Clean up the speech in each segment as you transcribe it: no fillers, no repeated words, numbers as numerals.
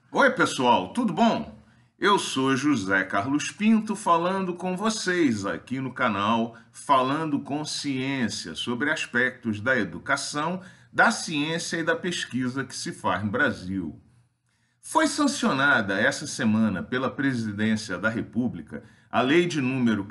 Oi, pessoal, tudo bom? Eu sou José Carlos Pinto falando com vocês aqui no canal Falando com Ciência sobre aspectos da educação, da ciência e da pesquisa que se faz no Brasil. Foi sancionada essa semana pela Presidência da República a Lei de número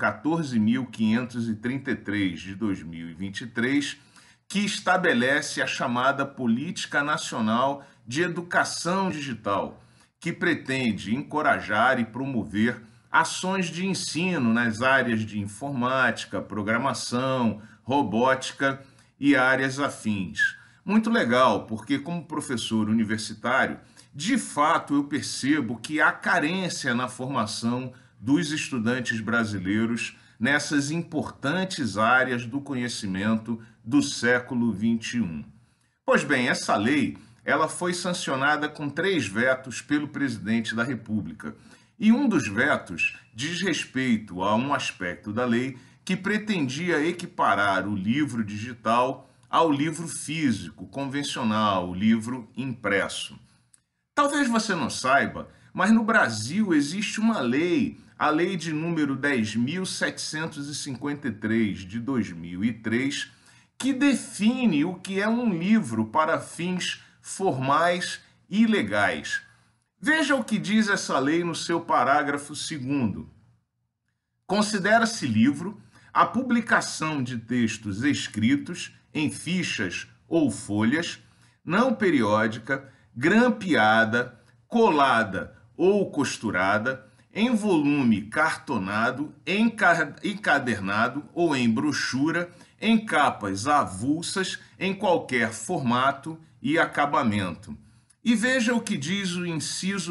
14.533 de 2023, que estabelece a chamada Política Nacional de Educação Digital, que pretende encorajar e promover ações de ensino nas áreas de informática, programação, robótica e áreas afins. Muito legal, porque como professor universitário, de fato eu percebo que há carência na formação dos estudantes brasileiros nessas importantes áreas do conhecimento do século XXI. Pois bem, essa lei ela foi sancionada com 3 vetos pelo presidente da República. E um dos vetos diz respeito a um aspecto da lei que pretendia equiparar o livro digital ao livro físico, convencional, o livro impresso. Talvez você não saiba, mas no Brasil existe uma lei, a Lei de número 10.753 de 2003, que define o que é um livro para fins formais e legais. Veja o que diz essa lei no seu parágrafo 2º. Considera-se livro a publicação de textos escritos em fichas ou folhas, não periódica, grampeada, colada ou costurada, em volume cartonado, encadernado ou em brochura, em capas avulsas, em qualquer formato e acabamento. E veja o que diz o inciso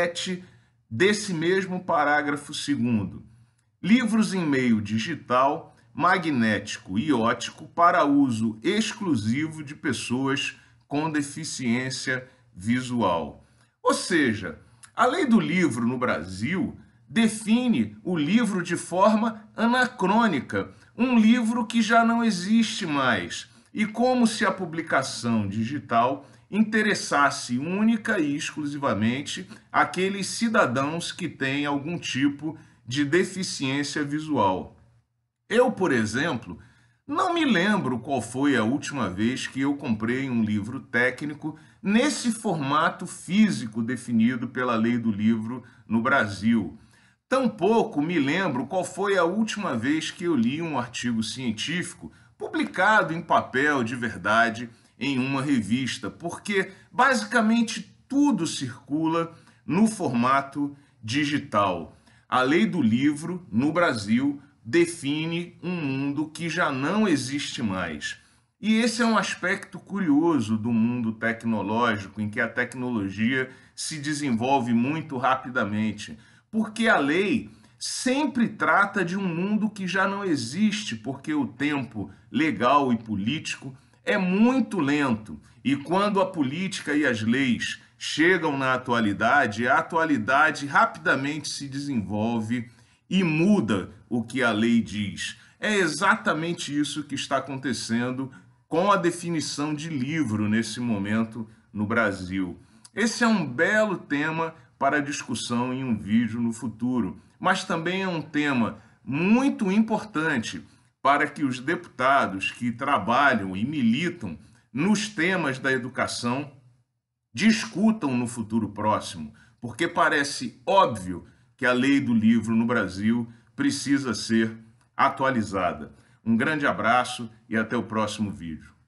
7 desse mesmo parágrafo 2º. Livros em meio digital, magnético e óptico para uso exclusivo de pessoas com deficiência visual. Ou seja, a lei do livro no Brasil define o livro de forma anacrônica, um livro que já não existe mais, e como se a publicação digital interessasse única e exclusivamente aqueles cidadãos que têm algum tipo de deficiência visual. Eu, por exemplo, não me lembro qual foi a última vez que eu comprei um livro técnico nesse formato físico definido pela Lei do Livro no Brasil. Tampouco me lembro qual foi a última vez que eu li um artigo científico publicado em papel de verdade em uma revista, porque basicamente tudo circula no formato digital. A Lei do Livro no Brasil define um mundo que já não existe mais. E esse é um aspecto curioso do mundo tecnológico, em que a tecnologia se desenvolve muito rapidamente, porque a lei sempre trata de um mundo que já não existe, porque o tempo legal e político é muito lento. E quando a política e as leis chegam na atualidade, a atualidade rapidamente se desenvolve e muda o que a lei diz. É exatamente isso que está acontecendo com a definição de livro nesse momento no Brasil. Esse é um belo tema para discussão em um vídeo no futuro, mas também é um tema muito importante para que os deputados que trabalham e militam nos temas da educação discutam no futuro próximo, porque parece óbvio que a lei do livro no Brasil precisa ser atualizada. Um grande abraço e até o próximo vídeo.